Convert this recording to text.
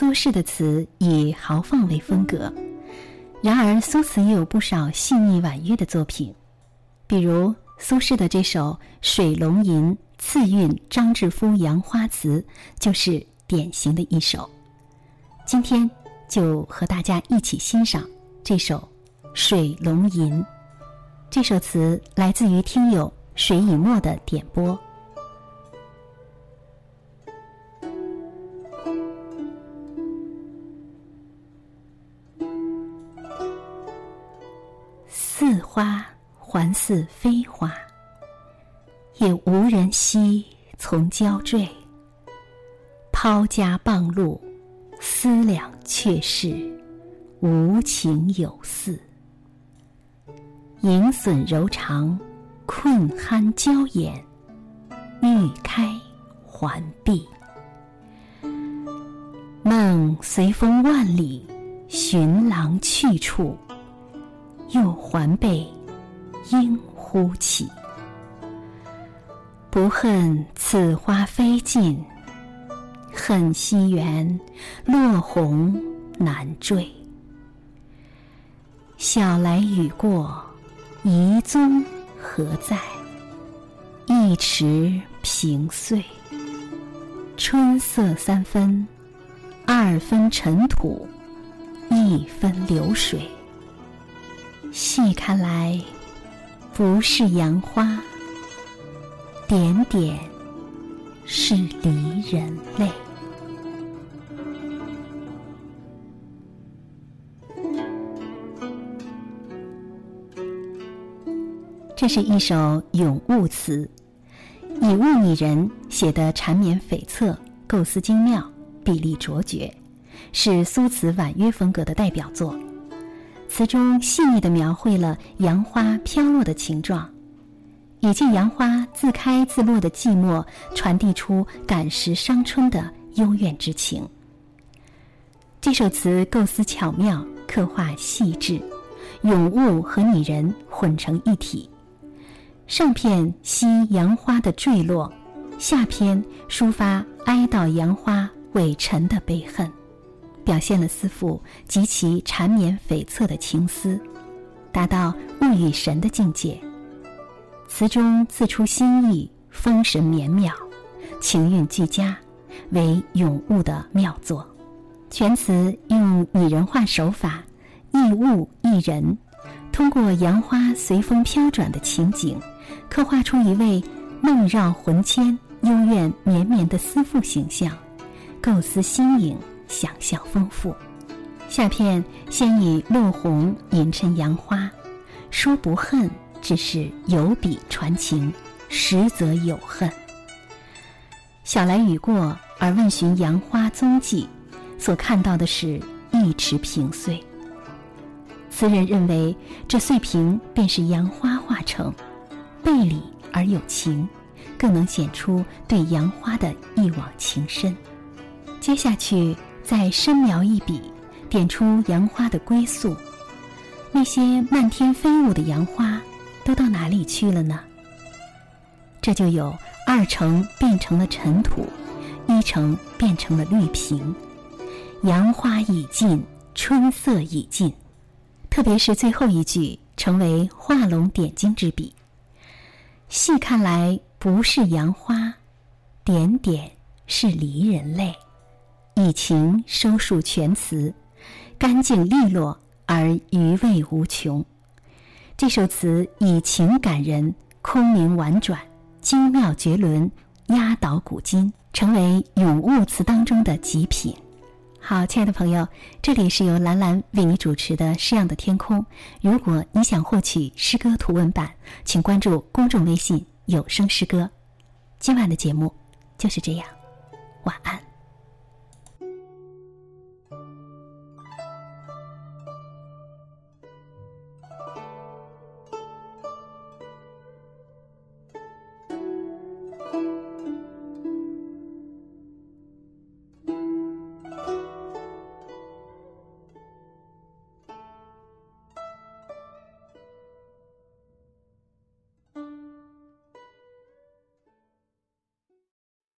苏轼的词以豪放为风格，然而苏词也有不少细腻婉约的作品，比如苏轼的这首《水龙吟》次韵张志夫杨花词就是典型的一首。今天就和大家一起欣赏这首《水龙吟》。这首词来自于听友水以沫的点播。似花还似非花，也无人惜从交坠。抛家傍路，思量却是无情有似。盈损柔肠，困酣娇眼，欲开还闭。梦随风万里，寻郎去处，又还被莺呼起。不恨此花飞尽，恨西园落红难缀。晓来雨过，遗踪何在？一池平碎。春色三分，2分尘土，1分流水。细看来，不是杨花，点点是离人泪。这是一首咏物词，以物拟人，写得缠绵悱恻，构思精妙，笔力卓绝，是苏词婉约风格的代表作。词中细腻地描绘了杨花飘落的情状，以借杨花自开自落的寂寞，传递出感时伤春的幽怨之情。这首词构思巧妙，刻画细致，咏物和拟人混成一体。上片析杨花的坠落，下篇抒发哀悼杨花委陈的悲恨，表现了思妇极其缠绵悱恻的情思，达到物与神的境界。词中自出新意，风神绵邈，情韵俱佳，为咏物的妙作。全词用拟人化手法，异物异人，通过杨花随风飘转的情景，刻画出一位梦绕魂牵、幽怨绵绵的思妇形象，构思新颖，想象丰富。下片先以落红吟陈杨花，说不恨，只是有笔传情，实则有恨。晓来雨过，而问寻杨花踪迹，所看到的是一池平碎。词人认为这碎屏便是杨花化成，背里而有情，更能显出对杨花的一往情深。接下去再深描一笔，点出杨花的归宿。那些漫天飞舞的杨花都到哪里去了呢？这就有2成变成了尘土，1成变成了绿萍。杨花已尽，春色已尽，特别是最后一句成为画龙点睛之笔。细看来不是杨花，点点是离人泪。以情收束全词，干净利落而余味无穷。这首词以情感人，空明婉转，精妙绝伦，压倒古今，成为咏物词当中的极品。好，亲爱的朋友，这里是由兰兰为你主持的诗样的天空。如果你想获取诗歌图文版，请关注公众微信有声诗歌。今晚的节目就是这样，晚安。